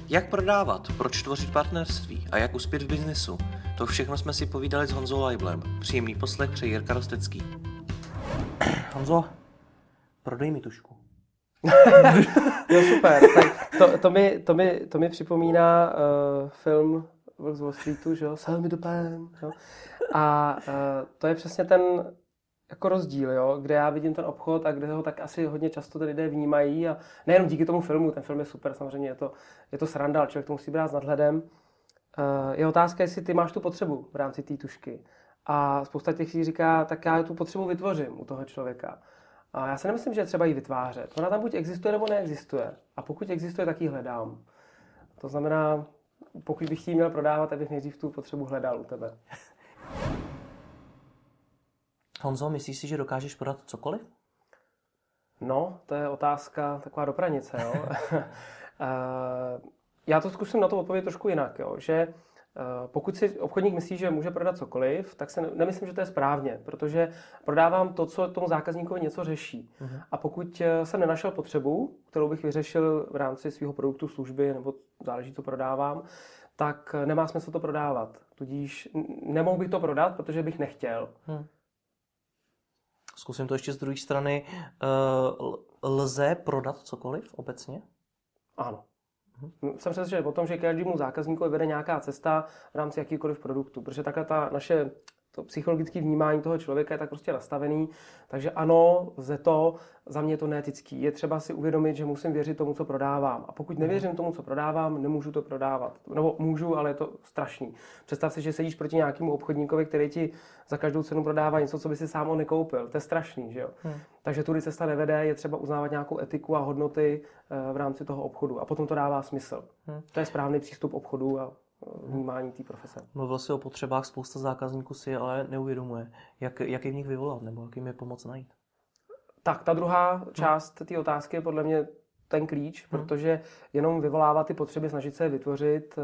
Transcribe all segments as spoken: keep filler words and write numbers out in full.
Jak prodávat, proč tvořit partnerství a jak uspět v biznesu? To všechno jsme si povídali s Honzou Leiblem. Příjemný poslech přeje Jirka Rostecký. Honzo, prodej mi tušku. Jo, super. Tak to, to, mi, to, mi, to mi připomíná uh, film Wolf z Wall Streetu, že jo? Sell me the pen. Jo? A uh, to je přesně ten jako rozdíl, jo? Kde já vidím ten obchod a kde ho tak asi hodně často ty lidé vnímají. A nejenom díky tomu filmu, ten film je super, samozřejmě je to, je to sranda, člověk to musí brát s nadhledem. Uh, je otázka, jestli ty máš tu potřebu v rámci té tušky. A spousta těch lidí říká, tak já tu potřebu vytvořím u toho člověka. A já si nemyslím, že je třeba ji vytvářet. Ona tam buď existuje, nebo neexistuje. A pokud existuje, tak ji hledám. To znamená, pokud bych ji měl prodávat, tak bych nejdřív tu potřebu hledal u tebe. Honzo, myslíš si, že dokážeš prodat cokoliv? No, to je otázka taková do pranice, jo. Já to zkusím na to odpovědět trošku jinak, jo. Že pokud si obchodník myslí, že může prodat cokoliv, tak se nemyslím, že to je správně, protože prodávám to, co tomu zákazníkovi něco řeší. Uh-huh. A pokud jsem nenašel potřebu, kterou bych vyřešil v rámci svého produktu, služby, nebo záleží, co prodávám, tak nemá smysl to prodávat. Tudíž nemohu bych to prodat, protože bych nechtěl. Hmm. Zkusím to ještě z druhé strany. Lze prodat cokoliv obecně? Ano. Jsem přesvědčen o tom, že každému zákazníkovi vede nějaká cesta v rámci jakýkoliv produktu, protože takhle ta naše to psychologické vnímání toho člověka je tak prostě nastavený, takže ano, lze to, za mě je to neetický. Je třeba si uvědomit, že musím věřit tomu, co prodávám. A pokud nevěřím tomu, co prodávám, nemůžu to prodávat. Nebo můžu, ale je to strašný. Představ si, že sedíš proti nějakému obchodníkovi, který ti za každou cenu prodává něco, co by si sám on nekoupil. To je strašný, že jo? Hmm. Takže tudy cesta nevede, je třeba uznávat nějakou etiku a hodnoty v rámci toho obchodu. A potom to dává smysl. Hmm. To je správný přístup obchodu a vnímání té profese. Mluvil jsi o potřebách, spousta zákazníků si ale neuvědomuje. Jak, jak je v nich vyvolat, nebo jak jim je pomoct najít? Tak, ta druhá část té otázky je podle mě ten klíč, hmm. protože jenom vyvolávat ty potřeby, snažit se je vytvořit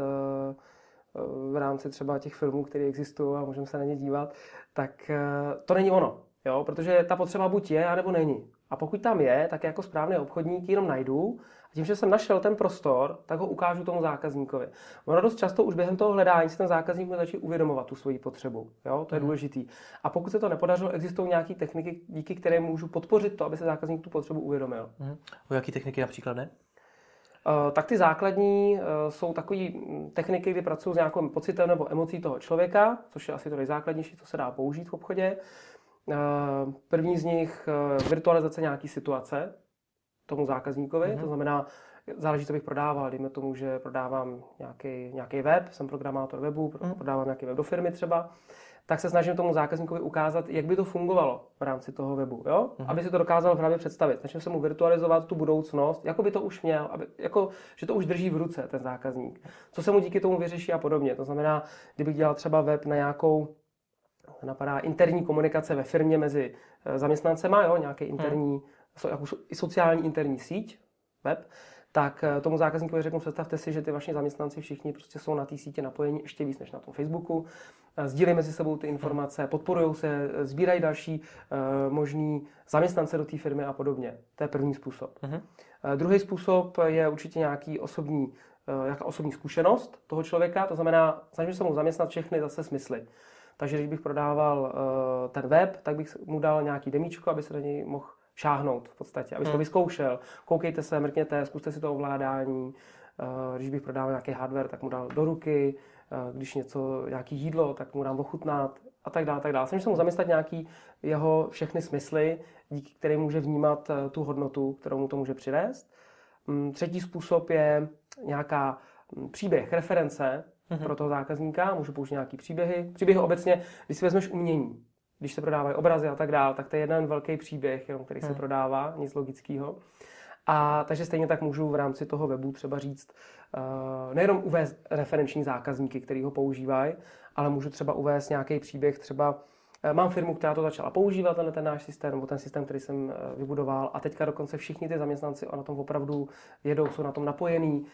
v rámci třeba těch filmů, které existují a můžeme se na ně dívat, tak to není ono. Jo? Protože ta potřeba buď je, anebo není. A pokud tam je, tak jako správný obchodník jenom najdu a tím, že jsem našel ten prostor, tak ho ukážu tomu zákazníkovi. Ono dost často už během toho hledání si ten zákazník může začít uvědomovat tu svoji potřebu. Jo? To je důležitý. A pokud se to nepodařilo, existují nějaké techniky, díky které můžu podpořit to, aby se zákazník tu potřebu uvědomil. Hmm. O jaký techniky například ne? Uh, tak ty základní uh, jsou takové techniky, kdy pracuji s nějakým pocitem nebo emocí toho člověka, což je asi to nejzákladnější, co se dá použít v obchodě. První z nich virtualizace nějaký situace tomu zákazníkovi, mm-hmm. to znamená, záleží, co bych prodával, dejme tomu, že prodávám nějaký, nějaký web, jsem programátor webu, mm-hmm. prodávám nějaký web do firmy třeba, tak se snažím tomu zákazníkovi ukázat, jak by to fungovalo v rámci toho webu, jo? Mm-hmm. Aby si to dokázal v hlavě představit. Snažím se mu virtualizovat tu budoucnost, jako by to už měl, aby, jako, že to už drží v ruce ten zákazník. Co se mu díky tomu vyřeší a podobně. To znamená, kdybych dělal třeba web na nějakou napadá interní komunikace ve firmě mezi zaměstnancema, jo, nějaký interní, hmm. sociální interní síť, web, tak tomu zákazníkovi řeknu, představte si, že ty vaši zaměstnanci všichni prostě jsou na té sítě napojeni ještě víc než na tom Facebooku, sdílejí mezi sebou ty informace, podporují se, sbírají další uh, možný zaměstnance do té firmy a podobně. To je první způsob. Hmm. Uh, druhý způsob je určitě nějaký osobní, uh, nějaká osobní zkušenost toho člověka, to znamená, snažím se mu zaměstnat všechny zase smysly. Takže když bych prodával uh, ten web, tak bych mu dal nějaký demíčko, aby se na něj mohl šáhnout v podstatě, aby hmm. to vyzkoušel. Koukejte se, mrkněte, zkuste si to ovládání. Uh, když bych prodával nějaký hardware, tak mu dal do ruky. Uh, když něco, nějaký jídlo, tak mu dám ochutnat a tak dále, tak dále. Jsem se mu zamyslet nějaký jeho všechny smysly, díky kterým může vnímat uh, tu hodnotu, kterou mu to může přivést. Um, třetí způsob je nějaká um, příběh, reference, mm-hmm. pro toho zákazníka, můžu použít nějaký příběhy. Příběhy obecně, když si vezmeš umění, když se prodávají obrazy a tak dál, tak to je jeden velký příběh, jenom který mm. se prodává, nic logického. A takže stejně tak můžu v rámci toho webu třeba říct, uh, nejenom uvést referenční zákazníky, který ho používají, ale můžu třeba uvést nějaký příběh třeba Mám firmu, která to začala používat, tenhle ten náš systém, nebo ten systém, který jsem vybudoval, a teďka dokonce všichni ty zaměstnanci na tom opravdu jedou, jsou na tom napojení,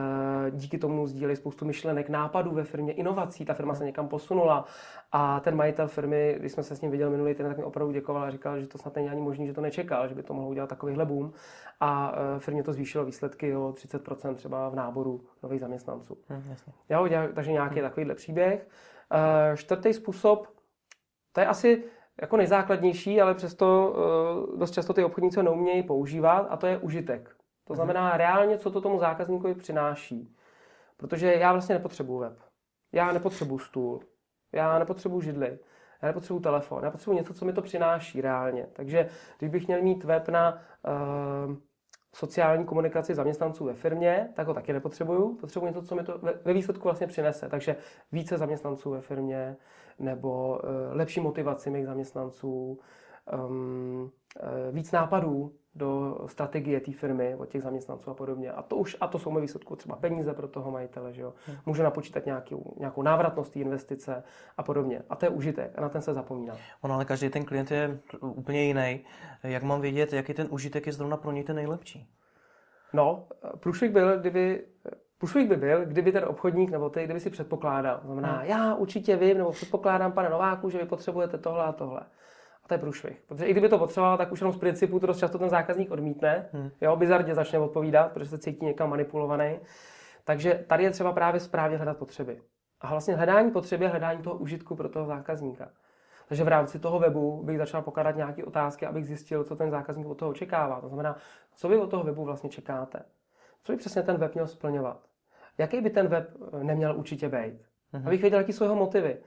díky tomu sdílejí spoustu myšlenek, nápadů ve firmě, inovací, ta firma se někam posunula a ten majitel firmy, když jsme se s ním viděli minulý týden, tak mi opravdu děkoval a říkal, že to snad není ani možný, že to nečekal, že by to mohlo udělat takovýhle boom, a firmě to zvýšilo výsledky o třicet procent třeba v náboru nových zaměstnanců. Hmm, jasně. Jo, takže nějaký hmm. takovýhle příběh. Čtvrtý způsob, to je asi jako nejzákladnější, ale přesto uh, dost často ty obchodníci ho neumějí používat, a to je užitek. To znamená mm. reálně, co to tomu zákazníkovi přináší. Protože já vlastně nepotřebuji web. Já nepotřebuji stůl. Já nepotřebuji židli. Já nepotřebuji telefon. Já potřebuji něco, co mi to přináší reálně. Takže když bych měl mít web na uh, sociální komunikaci zaměstnanců ve firmě, tak ho taky nepotřebuju. Potřebuji něco, co mi to ve výsledku vlastně přinese. Takže více zaměstnanců ve firmě, nebo uh, lepší motivaci mých zaměstnanců, um, uh, víc nápadů do strategie té firmy od těch zaměstnanců a podobně. A to už, a to jsou ve výsledku třeba peníze pro toho majitele, že jo. Hmm. Můžu napočítat nějakou, nějakou návratnost té investice a podobně. A to je užitek a na ten se zapomíná. Ono, ale každý ten klient je úplně jiný. Jak mám vědět, jaký ten užitek je zrovna pro něj ten nejlepší? No, průšvih byl, kdyby Průšvih by byl, kdyby ten obchodník nebo ty, kdyby si předpokládal. To znamená, hmm. já určitě vím, nebo předpokládám, pane Nováku, že vy potřebujete tohle a tohle. A to je průšvih. Protože i kdyby to potřeboval, tak už jenom z principu to dost často ten zákazník odmítne. Hmm. Jo, bizarně začne odpovídat, protože se cítí někam manipulovaný. Takže tady je třeba právě správně hledat potřeby. A vlastně hledání potřeby je hledání toho užitku pro toho zákazníka. Takže v rámci toho webu bych začal pokládat nějaké otázky, abych zjistil, co ten zákazník od toho očekává. To znamená, co vy od toho webu vlastně čekáte. Co by přesně ten web měl splňovat? Jaký by ten web neměl určitě být? Mm-hmm. Abych věděl, jaký jsou jeho motivy.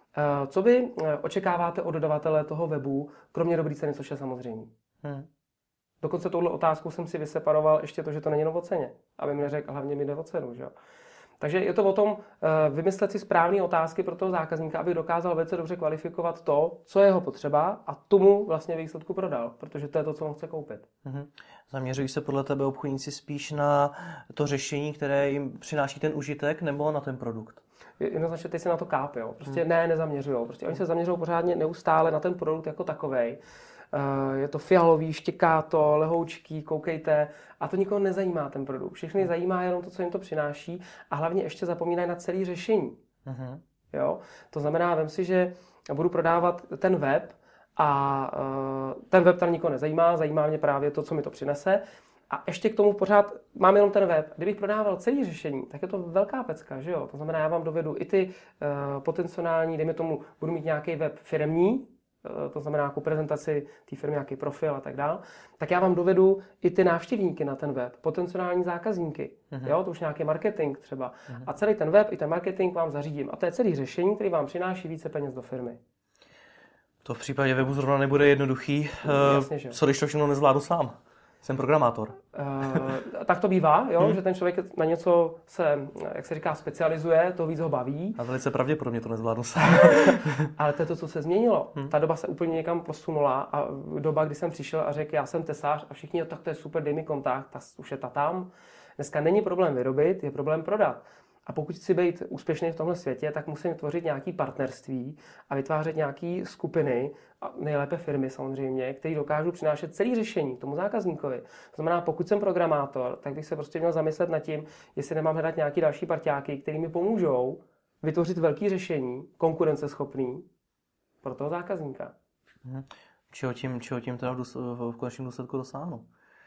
Co vy očekáváte od dodavatele toho webu, kromě dobrý ceny, což je samozřejmě. Mm. Dokonce touhle otázkou jsem si vyseparoval ještě to, že to není jenom o ceně. Aby mi neřekl, hlavně mi jde o cenu. Že? Takže je to o tom vymyslet si správné otázky pro toho zákazníka, aby dokázal velice dobře kvalifikovat to, co je jeho potřeba, a tomu vlastně výsledku prodal, protože to je to, co on chce koupit. Mm-hmm. Zaměřují se podle tebe obchodníci spíš na to řešení, které jim přináší ten užitek, nebo na ten produkt? Jednoznačně teď se na to kápe, jo. Prostě hmm. ne, nezaměřujou. Prostě oni se zaměřují pořádně neustále na ten produkt jako takovej. Je to fialový, štěká to, lehoučký, koukejte. A to nikoho nezajímá, ten produkt. Všechny zajímá jenom to, co jim to přináší, a hlavně ještě zapomínají na celé řešení. Hmm. Jo? To znamená, vem si, že budu prodávat ten web a ten web tam nikoho nezajímá, zajímá mě právě to, co mi to přinese. A ještě k tomu pořád mám jenom ten web. Kdybych prodával celý řešení, tak je to velká pecka, že jo? To znamená, já vám dovedu i ty uh, potenciální, dejme tomu, budu mít nějaký web firemní, uh, to znamená nějakou prezentaci té firmy, nějaký profil a tak dál, tak já vám dovedu i ty návštěvníky na ten web, potenciální zákazníky, uh-huh. jo? To už nějaký marketing třeba. Uh-huh. A celý ten web i ten marketing vám zařídím. A to je celý řešení, který vám přináší více peněz do firmy. To v případě webu zrovna nebude jednoduchý. Jasně, že? Co když to všechno nezvládnu sám? Jsem programátor. Uh, tak to bývá, jo, hmm. že ten člověk na něco se, jak se říká, specializuje, to víc ho baví. A velice pravděpodobně to nezvládnu sám. Ale to je to, co se změnilo. Hmm. Ta doba se úplně někam posunula, a doba, kdy jsem přišel a řekl, já jsem tesař, a všichni, tak to je super, dej mi kontakt, ta, už je ta tam. Dneska není problém vyrobit, je problém prodat. A pokud chci být úspěšný v tomhle světě, tak musím tvořit nějaké partnerství a vytvářet nějaké skupiny, a nejlépe firmy samozřejmě, které dokážou přinášet celé řešení tomu zákazníkovi. To znamená, pokud jsem programátor, tak bych se prostě měl zamyslet nad tím, jestli nemám hledat nějaké další parťáky, které mi pomůžou vytvořit velké řešení, konkurenceschopný pro toho zákazníka. Hmm. Čeho tím, čeho tím teda v, důs- v konečném důsledku dosáhnu?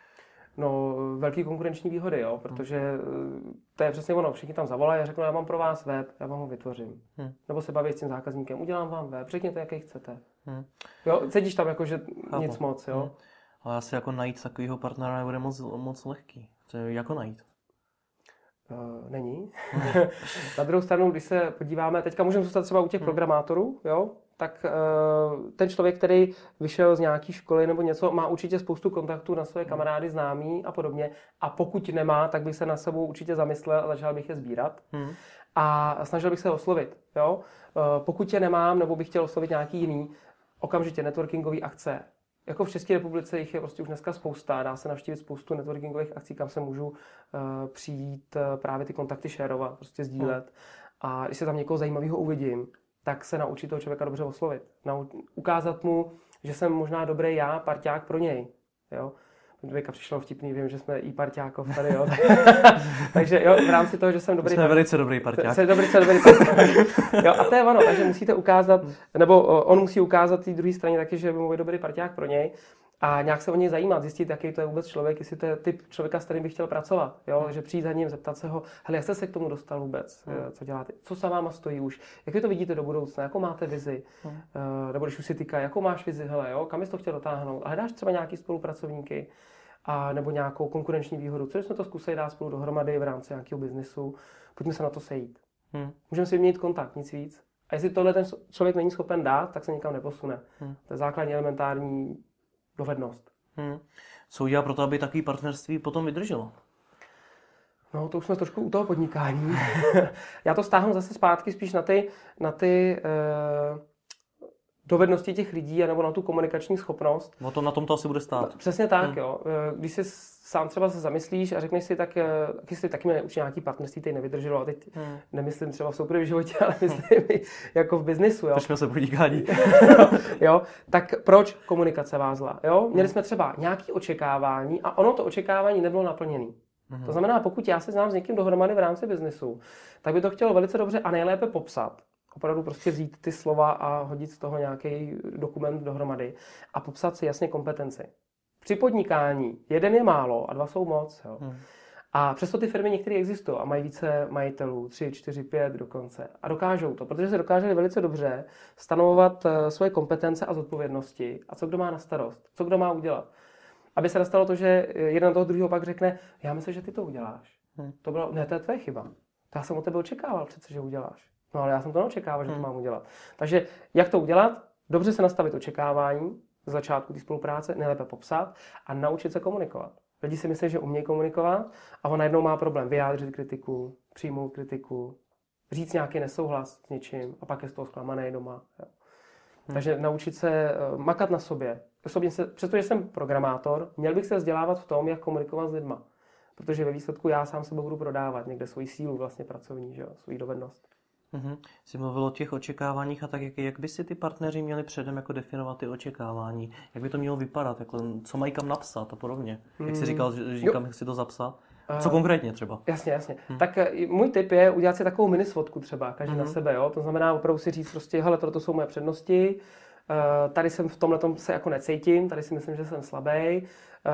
No, velký konkurenční výhody, jo, protože to je přesně ono. Všichni tam zavolají a řeknou, já mám pro vás web, já vám ho vytvořím. Hmm. Nebo se baví s tím zákazníkem, udělám vám web, řekněte, jaký chcete. Hmm. Jo, cítíš tam jako, že Chápu. Nic moc, jo. Hmm. Ale asi jako najít takového partnera nebude moc, moc lehký. To je jako najít? Uh, není. Na druhou stranu, když se podíváme, teďka můžeme zůstat třeba u těch hmm. programátorů, jo, tak uh, ten člověk, který vyšel z nějaké školy nebo něco, má určitě spoustu kontaktů na své kamarády, známí a podobně. A pokud nemá, tak bych se na sebou určitě zamyslel a začal bych je sbírat. Hmm. A snažil bych se oslovit. Jo? Uh, pokud je nemám, nebo bych chtěl oslovit nějaký jiný, okamžitě networkingové akce. Jako v České republice jich je prostě už dneska spousta. Dá se navštívit spoustu networkingových akcí, kam se můžu uh, přijít uh, právě ty kontakty šerovat, prostě sdílet. Hmm. A když se tam někoho zajímavého uvidím, tak se naučit toho člověka dobře oslovit. Nau- ukázat mu, že jsem možná dobrý já, parťák pro něj. Jo? Teďka přišlo vtipný, vím, že jsme i parťákov tady, jo. Takže jo, v rámci toho, že jsem dobrý... Jsme velice dobrý parťák. Jsem velice dobrý parťák. Jo, a to je ono, takže musíte ukázat, nebo on musí ukázat té druhé straně taky, že je dobrý parťák pro něj a nějak se o něj zajímat, zjistit, jaký to je vůbec člověk, jestli to je typ člověka, s kterým bych chtěl pracovat, jo, že přijít za ním, zeptat se ho, hele, jak jste se k tomu dostal vůbec, co děláte, co se váma stojí už, jak vy to vidíte do budoucna, jakou máte vizi, uh, nebo když už si týká, jakou máš vizi, hele, jo, kam jsi to chtěl dotáhnout, a hledáš třeba nějaký spolupracovníky, a nebo nějakou konkurenční výhodu, co jsme to zkusili dát spolu dohromady v rámci nějakého biznesu, pojďme se na to sejít. Hmm. Můžeme si vyměnit kontakt, nic víc. A jestli tohle ten člověk není schopen dát, tak se nikam neposune. Hmm. To je základní elementární dovednost. Hmm. Co udělá pro to, aby takové partnerství potom vydrželo? No, to už jsme trošku u toho podnikání. Já to stáhnu zase zpátky spíš na ty, na ty uh, dovednosti těch lidí, nebo na tu komunikační schopnost. No to na tom to asi bude stát. No, přesně tak, hmm. jo. Když si sám třeba se zamyslíš a řekneš si, tak jestli taky mě určitě nějaký partnerství teď nevydrželo. A teď hmm. nemyslím třeba v soukromém životě, ale myslím hmm. jako v biznisu. Jo. Držme se podnikání. Jo, tak proč komunikace vázla? Jo? Měli jsme třeba nějaké očekávání a ono to očekávání nebylo naplněné. Hmm. To znamená, pokud já se znám s někým dohromady v rámci biznisu, tak by to chtělo velice dobře a nejlépe popsat. Opravdu prostě vzít ty slova a hodit z toho nějaký dokument dohromady a popsat si jasně kompetenci. Při podnikání jeden je málo a dva jsou moc. Jo. Hmm. A přesto ty firmy některé existují a mají více majitelů, tři, čtyři, pět dokonce. A dokážou to, protože se dokáželi velice dobře stanovovat svoje kompetence a zodpovědnosti a co kdo má na starost, co kdo má udělat. Aby se nastalo to, že jeden toho druhého pak řekne, já myslím, že ty to uděláš. Hmm. To bylo, ne, to je tvoje chyba. To já jsem od tebe očekával přece, že uděláš. No ale já jsem to neočekával, že to mám udělat. Takže jak to udělat? Dobře se nastavit očekávání z začátku té spolupráce, nejlépe popsat a naučit se komunikovat. Lidi si myslí, že umějí komunikovat a on najednou má problém vyjádřit kritiku, přijmout kritiku, říct nějaký nesouhlas s něčím a pak je z toho zklamaný doma. Jo. Hmm. Takže naučit se makat na sobě. Osobně se, přestože jsem programátor, měl bych se vzdělávat v tom, jak komunikovat s lidma. Protože ve výsledku já sám sebe budu prodávat někde svoji sílu vlastně pracovní, že jo, svoji dovednost. Mm-hmm. Jsi mluvil o těch očekáváních a tak, jak, jak by si ty partneři měli předem jako definovat ty očekávání? Jak by to mělo vypadat? Jako, co mají kam napsat a podobně? Mm. Jak jsi říkal, že, že kam chci to zapsat? Co uh, konkrétně třeba? Jasně, jasně. Hmm. Tak můj tip je udělat si takovou minisvodku třeba, každý hmm. na sebe. Jo? To znamená opravdu si říct prostě, hele, toto jsou moje přednosti, uh, tady jsem v tomhletom se jako necítím, tady si myslím, že jsem slabý.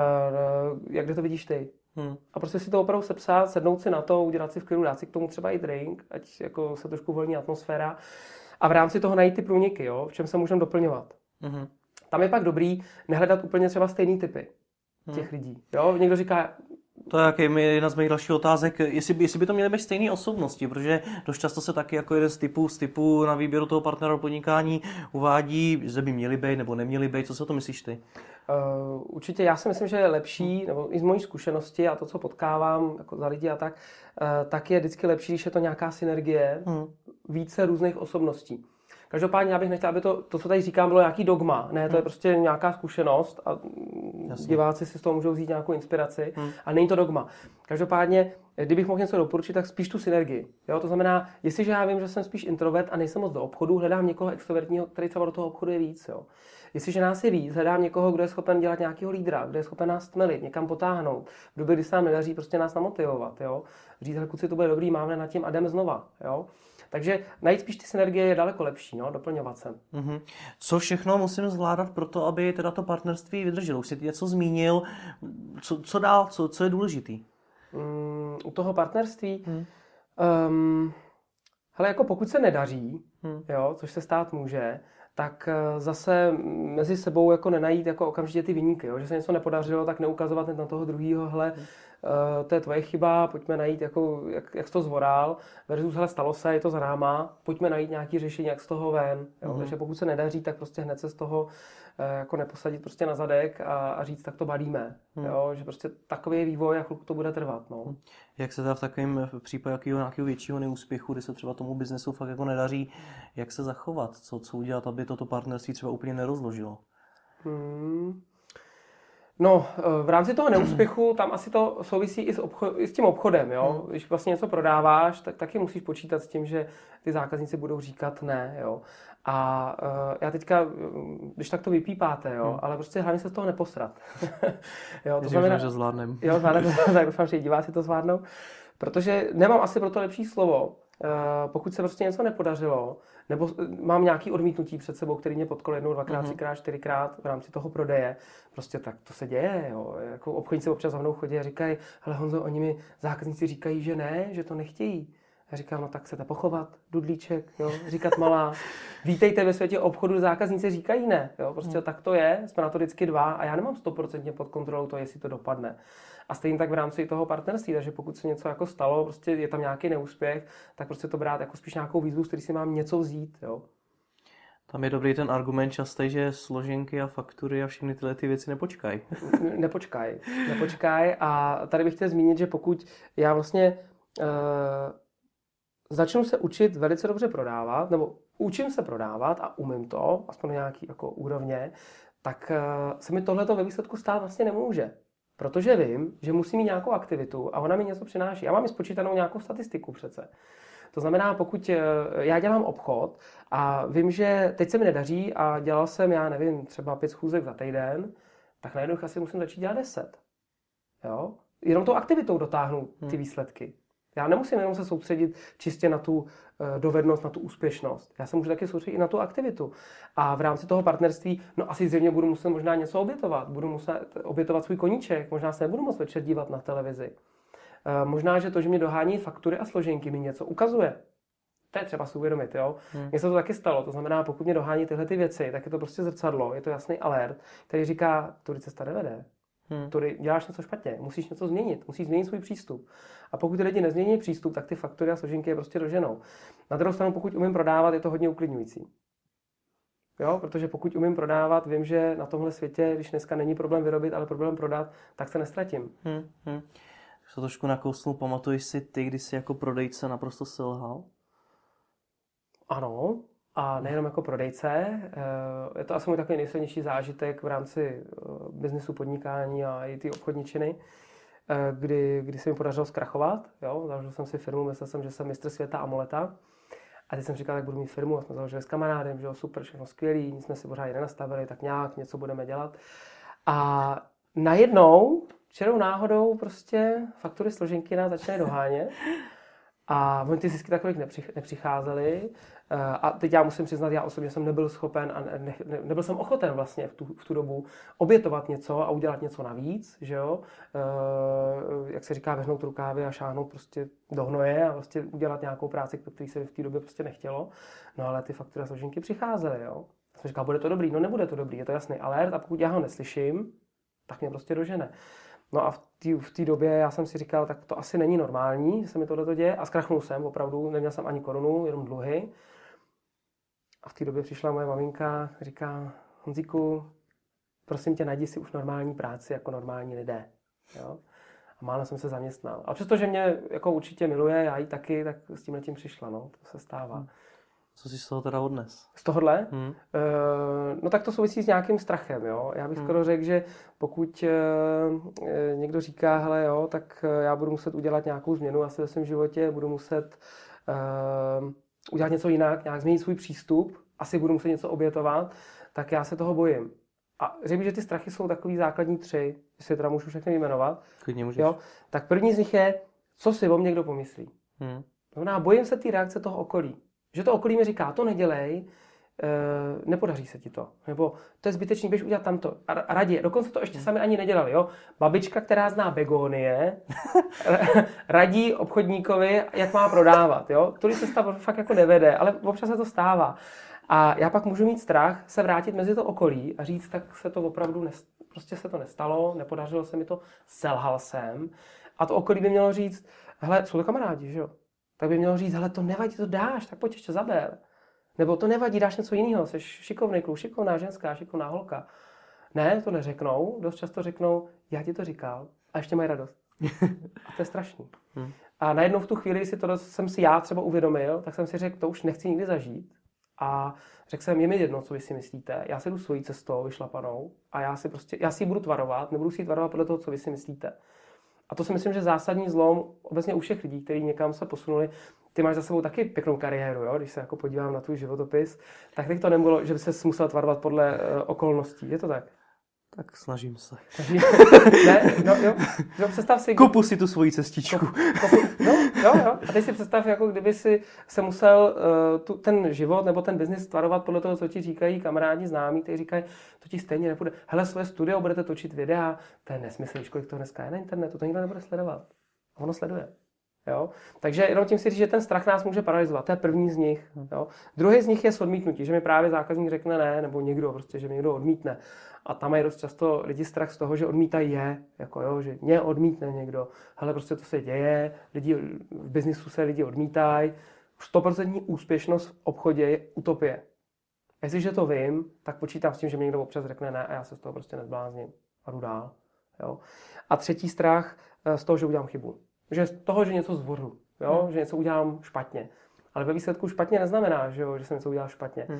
Uh, jak to vidíš ty? Hmm. A prostě si to opravdu sepsat, sednout si na to, udělat si v klidu, dát si k tomu třeba i drink, ať jako se trošku volní atmosféra a v rámci toho najít ty průniky, jo, v čem se můžeme doplňovat. Hmm. Tam je pak dobrý nehledat úplně třeba stejný typy těch hmm. lidí. Jo? Někdo říká... To je jedna z mých dalších otázek, jestli, jestli by to měly být stejné osobnosti, protože dost často se taky jako jeden z typů, z typů na výběru toho partnera podnikání uvádí, že by měli být nebo neměli být. Co si o to myslíš ty? Uh, určitě já si myslím, že je lepší, nebo i z mojí zkušenosti a to, co potkávám jako za lidi a tak, uh, tak je vždycky lepší, když je to nějaká synergie hmm. více různých osobností. Každopádně já bych nechtěl, aby to, to, co tady říkám, bylo nějaký dogma. Ne, to je prostě nějaká zkušenost a Jasně. diváci si z toho můžou vzít nějakou inspiraci, hmm. ale není to dogma. Každopádně, kdybych mohl něco doporučit, tak spíš tu synergii. Jo? To znamená, jestliže já vím, že jsem spíš introvert a nejsem moc do obchodu, hledám někoho extrovertního, který třeba do toho obchodu je víc. Jo? Jestliže nás je víc, hledám někoho, kdo je schopen dělat nějakého lídra, kdo je schopen nás stmelit, někam potáhnout. V době, kdy se nám nedaří, prostě nás namotivovat. Jo? Říct, kluci, to bude dobrý, máme nad tím a jdeme znova. Jo? Takže najít spíš ty synergie je daleko lepší, no, doplňovat se. Mm-hmm. Co všechno musím zvládat pro to, aby teda to partnerství vydrželo? Už jsi něco zmínil, co, co dál, co, co je důležitý? Mm, u toho partnerství, hmm. um, hele, jako pokud se nedaří, hmm. jo, což se stát může, tak zase mezi sebou jako nenajít jako okamžitě ty viníky, jo? Že se něco nepodařilo, tak neukazovat na toho druhýho, hele, hmm. uh, to je tvoje chyba, pojďme najít, jako, jak, jak jsi to zvoral, versus, hele, stalo se, je to za náma, pojďme najít nějaké řešení, jak z toho ven. Jo? Hmm. Takže pokud se nedaří, tak prostě hned se z toho uh, jako neposadit prostě na zadek a, a říct, tak to balíme. Hmm. Jo? Že prostě takový je vývoj a chvilku to bude trvat. No. Jak se teda v takovém případě jakého, nějakého většího neúspěchu, kdy se třeba tomu biznesu fakt jako nedaří, jak se zachovat? Co, co udělat, aby toto partnerství třeba úplně nerozložilo? Hmm. No, v rámci toho neúspěchu tam asi to souvisí i s, obcho- i s tím obchodem, jo. Hmm. Když vlastně něco prodáváš, tak taky musíš počítat s tím, že ty zákazníci budou říkat ne, jo. A uh, já teďka, když tak to vypípáte, jo, hmm. ale prostě hlavně se z toho neposrat. Jo, to znamená, že zvládnem. Jo, zvládnem, tak doufám, že i diváci to zvládnou. Protože nemám asi pro to lepší slovo. Pokud se prostě něco nepodařilo, nebo mám nějaký odmítnutí před sebou, který mě potkol jednou, dvakrát, mm-hmm. třikrát, čtyřikrát v rámci toho prodeje, prostě tak to se děje. Jo. Jako obchodníci občas za mnou chodí a říkají, hele Honzo, oni mi zákazníci říkají, že ne, že to nechtějí. Já říkám, no tak chcete pochovat, dudlíček, jo, říkat malá. Vítejte ve světě obchodu, zákazníci říkají ne. Jo, prostě mm. tak to je, jsme na to vždycky dva a já nemám stoprocentně pod kontrolou to, jestli to dopadne. A stejně tak v rámci toho partnerství, takže pokud se něco jako stalo, prostě je tam nějaký neúspěch, tak prostě to brát jako spíš nějakou výzvu, z který si mám něco vzít. Jo. Tam je dobrý ten argument častý, že složenky a faktury a všechny tyhle ty věci nepočkají. Nepočkaj, nepočkaj. A tady bych chtěl zmínit, že pokud já vlastně uh, začnu se učit velice dobře prodávat, nebo učím se prodávat a umím to, aspoň na nějaký jako úrovně, tak uh, se mi tohleto ve výsledku stát vlastně nemůže. Protože vím, že musím mít nějakou aktivitu a ona mi něco přináší. Já mám i spočítanou nějakou statistiku přece. To znamená, pokud já dělám obchod a vím, že teď se mi nedaří a dělal jsem, já nevím, třeba pět schůzek za týden, tak najednou asi musím začít dělat deset. Jo? Jenom tou aktivitou dotáhnu ty výsledky. Já nemusím jenom se soustředit čistě na tu dovednost, na tu úspěšnost. Já se můžu taky soustředit i na tu aktivitu. A v rámci toho partnerství, no asi zřejmě budu muset možná něco obětovat. Budu muset obětovat svůj koníček, možná se nebudu moc večer dívat na televizi. Možná, že to, že mě dohání faktury a složenky, mi něco ukazuje. To je třeba si uvědomit, jo. Hmm. Mně se to taky stalo, to znamená, pokud mě dohání tyhle ty věci, tak je to prostě zrcadlo, je to jasný alert, který říká, tudy cesta nevede. Hmm. Tudy děláš něco špatně, musíš něco změnit, musíš změnit svůj přístup. A pokud ty lidi nezmění přístup, tak ty faktury a složenky je prostě doženou. Na druhou stranu, pokud umím prodávat, je to hodně uklidňující. Jo, protože pokud umím prodávat, vím, že na tomhle světě, když dneska není problém vyrobit, ale problém prodat, tak se nestratím. Hmm. Hmm. Když to trošku nakousnu, pamatuješ si ty, když jsi jako prodejce naprosto selhal? Ano, a nejenom jako prodejce. Je to asi můj takový nejsilnější zážitek v rámci biznesu, podnikání a i ty obchodničiny, kdy, kdy se mi podařilo zkrachovat. Jo? Založil jsem si firmu, myslel jsem, že jsem mistr světa Amoleta. A teď jsem říkal, tak budu mít firmu a jsme založili s kamarádem, že jo, super, všechno skvělý, nic jsme si pořádně nenastavili, tak nějak něco budeme dělat. A najednou, čirou náhodou, prostě faktury složenky nás začaly dohánět. A oni ty zisky takových nepřicházely. A teď já musím přiznat, já osobně jsem nebyl schopen a ne, ne, nebyl jsem ochoten vlastně v tu, v tu dobu obětovat něco a udělat něco navíc, že jo. E, jak se říká, veznout rukávy a šáhnout prostě do hnoje a vlastně udělat nějakou práci, který se v té době prostě nechtělo. No ale ty faktury a složenky přicházely, jo. Já jsem říkal, bude to dobrý? No nebude to dobrý, je to jasný alert a pokud já ho neslyším, tak mě prostě dožene. No a v té době já jsem si říkal, tak to asi není normální, že se mi tohleto děje a zkrachnul jsem opravdu, neměl jsem ani korunu, jenom dluhy. A v té době přišla moje maminka, říká, Honzíku, prosím tě, najdi si už normální práci jako normální lidé. Jo? A málo jsem se zaměstnal. A přestože mě jako určitě miluje, já ji taky, tak s tímhletím přišla, no, to se stává. Hmm. Co jsi z toho teda odnes? Z tohohle? Hmm. Uh, no tak to souvisí s nějakým strachem, jo. Já bych hmm. skoro řekl, že pokud uh, někdo říká, hele jo, tak já budu muset udělat nějakou změnu asi ve svém životě, budu muset uh, udělat něco jinak, nějak změnit svůj přístup, asi budu muset něco obětovat, tak já se toho bojím. A řekl bych, že ty strachy jsou takový základní tři, jestli teda můžu všechny vyjmenovat. Klidně můžeš. Jo? Tak první z nich je, co si o mě kdo pomyslí. Hmm. Znamená, bojím se té reakce toho okolí. Že to okolí mi říká, to nedělej, e, nepodaří se ti to. Nebo to je zbytečný, běž udělat tamto. A raději, dokonce to ještě sami ani nedělali. Jo? Babička, která zná begonie, radí obchodníkovi, jak má prodávat. Jo? Tudy se to fakt jako nevede, ale občas se to stává. A já pak můžu mít strach se vrátit mezi to okolí a říct, tak se to opravdu, nest, prostě se to nestalo, nepodařilo se mi to, selhal jsem. A to okolí by mělo říct, hele, jsou to kamarádi, že jo? Tak by mělo říct, hele, to nevadí, to dáš, tak pojď ještě zaber. Nebo to nevadí, dáš něco jiného, jsi šikovný kluk, šikovná ženská, šikovná holka. Ne, to neřeknou, dost často řeknou, já ti to říkal a ještě mají radost. A to je strašný. Hmm. A najednou v tu chvíli, kdy si to jsem si já třeba uvědomil, tak jsem si řekl, to už nechci nikdy zažít. A řekl jsem, je mi jedno, co vy si myslíte, já si jdu svojí cestou vyšlapanou a já si prostě, já si ji budu tvarovat, nebudu si ji tvarovat podle toho, co vy si myslíte. A to si myslím, že zásadní zlom obecně u všech lidí, kteří někam se posunuli. Ty máš za sebou taky pěknou kariéru, jo? Když se jako podívám na tvůj životopis, tak teď to nebylo, že by se musel tvarovat podle uh, okolností. Je to tak? Tak snažím se. Ne, no jo, jo, představ si... Kupu si tu svoji cestičku. Kopu, kopu, no, jo, jo. A teď si představ, jako kdyby si se musel uh, tu, ten život nebo ten biznis tvarovat podle toho, co ti říkají kamarádi známí, kteří říkají, to ti stejně nepůjde. Hele, svoje studio budete točit videa, to je nesmysl, kolik to dneska je na internetu, to nikdo nebude sledovat. A ono sleduje. Jo? Takže jenom tím si říct, že ten strach nás může paralyzovat. To je první z nich. Jo? Druhý z nich je odmítnutí, že mi právě zákazník řekne ne, nebo někdo, prostě, že mi někdo odmítne. A tam mají dost často lidi strach z toho, že odmítají je, jako jo, že mě odmítne někdo. Hele, prostě to se děje, lidi, v biznisu se lidi odmítají. sto procent úspěšnost v obchodě je utopie. Jestliže to vím, tak počítám s tím, že mi někdo občas řekne ne a já se z toho prostě nezblázním a jdu dál. Jo? A třetí strach z toho, že udělám chybu. Že z toho, že něco zvořu, jo? Hmm. Že něco udělám špatně. Ale ve výsledku špatně neznamená, že, jo? Že jsem něco udělal špatně. Hmm.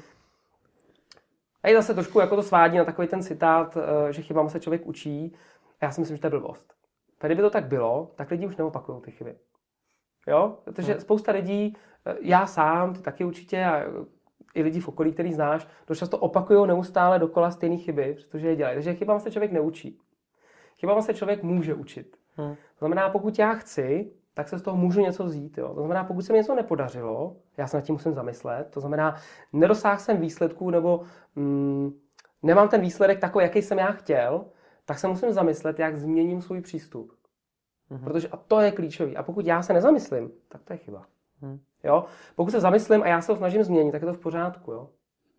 A je zase trošku jako to svádí na takový ten citát, že chybám se člověk učí. A já si myslím, že to je blbost. Tady by to tak bylo, tak lidi už neopakují ty chyby. Jo? Protože hmm. spousta lidí, já sám, ty taky určitě, a i lidi v okolí, který znáš, dost často opakují neustále dokola stejné chyby, protože je dělají. Takže chybám se člověk neučí. Chybám se člověk může učit. Hmm. To znamená, pokud já chci, tak se z toho můžu něco vzít. Jo? To znamená, pokud se mi něco nepodařilo, já se nad tím musím zamyslet. To znamená, nedosáhl jsem výsledků nebo mm, nemám ten výsledek takový, jaký jsem já chtěl, tak se musím zamyslet, jak změním svůj přístup. Hmm. Protože a to je klíčový. A pokud já se nezamyslím, tak to je chyba. Hmm. Jo? Pokud se zamyslím a já se ho snažím změnit, tak je to v pořádku. Jo?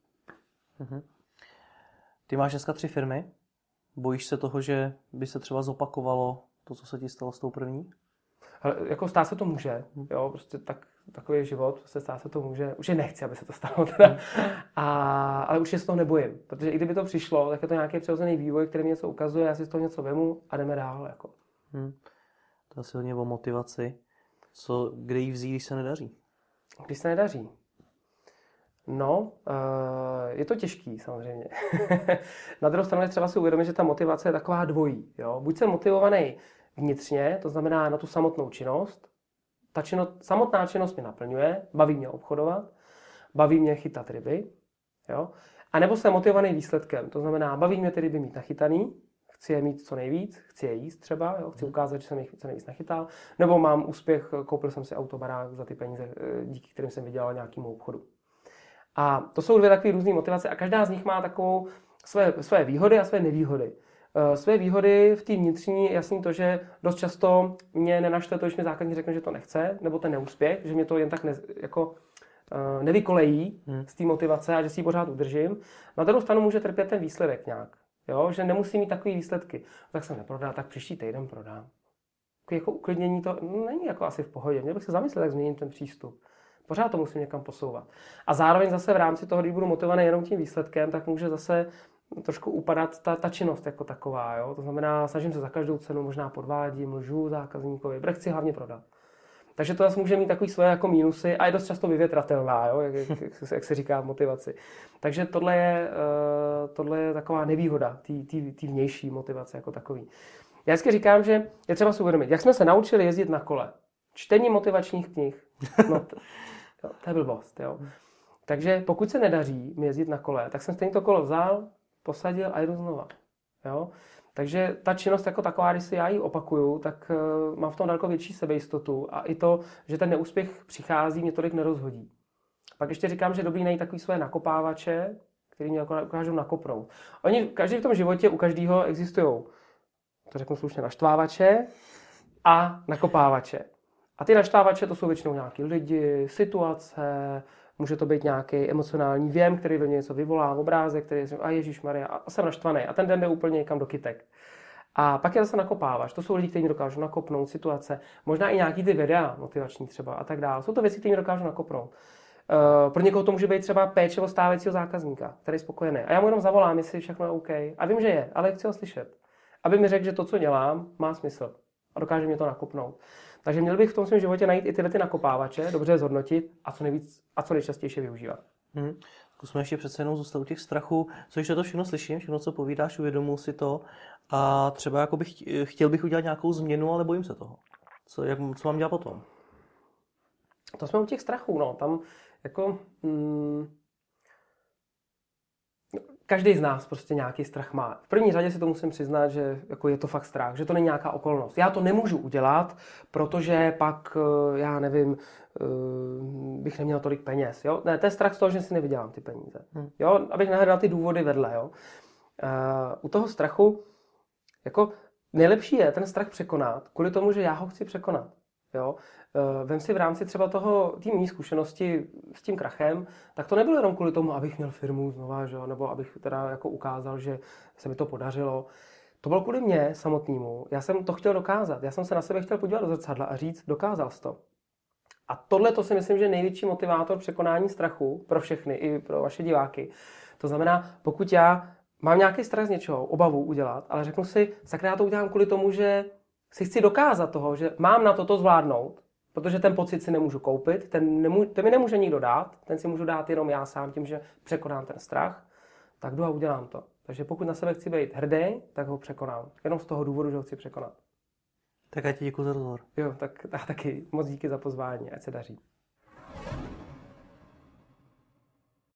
Hmm. Ty máš dneska tři firmy. Bojíš se toho, že by se třeba zopakovalo to, co se ti stalo s tou první? Ale jako stát se to může, jo, prostě tak, takový je život, prostě stát se to může, už je nechci, aby se to stalo teda, a, ale určitě se toho nebojím, protože i kdyby to přišlo, tak je to nějaký přirozený vývoj, který mi něco ukazuje, já si z toho něco vemu a jdeme dál, jako. Hmm. To je asi hodně o motivaci, co, kde jí vzít, když se nedaří? Když se nedaří? No, uh, je to těžký samozřejmě. Na druhou stranu je třeba si uvědomit, že ta motivace je taková dvojí. Jo? Buď jsem motivovaný vnitřně, to znamená na tu samotnou činnost. Ta činnost, samotná činnost mě naplňuje, baví mě obchodovat, baví mě chytat ryby. Jo? A nebo jsem motivovaný výsledkem, to znamená, baví mě ty ryby mít nachytaný, chci je mít co nejvíc, chci je jíst třeba, jo? Chci ukázat, že jsem jich co nejvíc nachytal, nebo mám úspěch, koupil jsem si autobarák za ty peníze, díky kterým jsem vydělal nějakému obchodu. A to jsou dvě takové různé motivace a každá z nich má takovou své, své výhody a své nevýhody. E, své výhody v té vnitřní je jasný to, že dost často mě nenaštve to, když mi zákazník řekne, že to nechce, nebo ten neúspěch, že mě to jen tak ne, jako, e, nevykolejí hmm. z té motivace a že si ji pořád udržím. Na druhou stranu může trpět ten výsledek nějak. Jo? Že nemusí mít takové výsledky. Tak jsem neprodal, tak příští týden prodám. Jako uklidnění to není jako asi v pohodě. Měl bych se zamyslet, jak změním ten přístup. Pořád to musím někam posouvat. A zároveň zase v rámci toho, když budu motivovaný jenom tím výsledkem, tak může zase trošku upadat ta, ta činnost jako taková. Jo? To znamená, snažím se za každou cenu, možná podvádím, lžu zákazníkovi, protože chci hlavně prodat. Takže to zase může mít takový svoje jako mínusy a je dost často vyvětratelná, jo? Jak, jak, jak se říká v motivaci. Takže tohle je, uh, tohle je taková nevýhoda té vnější motivace jako takový. Já vždycky říkám, že je třeba si uvědomit, jak jsme se naučili jezdit na kole. Čtení motivačních knih. No, to, jo, to je blbost. Jo. Takže pokud se nedaří mi jezdit na kole, tak jsem stejně to kolo vzal, posadil a jdu znova. Jo. Takže ta činnost jako taková, když si já ji opakuju, tak uh, mám v tom daleko větší sebejistotu a i to, že ten neúspěch přichází, mě tolik nerozhodí. Pak ještě říkám, že je dobrý najít takový své nakopávače, který mě dokážou nakopnout. Oni každý v tom životě, u každého existují, to řeknu slušně, naštvávače a nakopávače. A ty naštvávače to jsou většinou nějaký lidi, situace, může to být nějaký emocionální věm, který ve mně něco vyvolá, obrázek, který je, a ježišmarja, a jsem naštvaný. A ten den jde úplně někam do kytek. A pak je zase nakopávač. To jsou lidi, kteří mě dokážou nakopnout, situace, možná i nějaký ty videa motivační třeba a tak dále. Jsou to věci, které mě dokážou nakopnout. Uh, pro někoho to může být třeba péče o stávajícího zákazníka, který je spokojený. A já mu jenom zavolám, jestli všechno je OK. A vím, že je, ale chci ho slyšet. Aby mi řekl, že to, co dělám, má smysl. A dokáže mě to nakopnout. Takže měl bych v tom svém životě najít i tyhle ty nakopávače, dobře je zhodnotit a co nejvíc a co nejčastěji využívat. Hmm. Zkusme ještě přece jenom zůstat u těch strachů. Co ještě to všechno slyším, všechno, co povídáš, uvědomuji si to a třeba jako bych, chtěl bych udělat nějakou změnu, ale bojím se toho. Co, jak, co mám dělat potom? To jsme u těch strachů, no. Tam jako... Mm, každý z nás prostě nějaký strach má. V první řadě si to musím přiznat, že jako je to fakt strach, že to není nějaká okolnost. Já to nemůžu udělat, protože pak, já nevím, bych neměl tolik peněz. Jo? Ne, to je strach z toho, že si nevydělám ty peníze. Hmm. Jo? Abych nahledal ty důvody vedle. Jo? Uh, u toho strachu, jako nejlepší je ten strach překonat, kvůli tomu, že já ho chci překonat. Jo? Vem si v rámci třeba toho, té mý zkušenosti s tím krachem, tak to nebylo jenom kvůli tomu, abych měl firmu znova, že? Nebo abych teda jako ukázal, že se mi to podařilo. To bylo kvůli mně samotnému. Já jsem to chtěl dokázat. Já jsem se na sebe chtěl podívat do zrcadla a říct, dokázal jsi to. A tohle to si myslím, že je největší motivátor překonání strachu pro všechny, i pro vaše diváky. To znamená, pokud já mám nějaký strach z něčeho, obavu udělat, ale řeknu si, sakra, já to udělám kvůli tomu, že si chci dokázat toho, že mám na to to zvládnout, protože ten pocit si nemůžu koupit, ten, nemů, ten mi nemůže nikdo dát, ten si můžu dát jenom já sám tím, že překonám ten strach, tak jdu a udělám to. Takže pokud na sebe chci být hrdý, tak ho překonám. Jenom z toho důvodu, že ho chci překonat. Tak já ti děkuji za rozhovor. Jo, tak, tak taky moc díky za pozvání, ať se daří.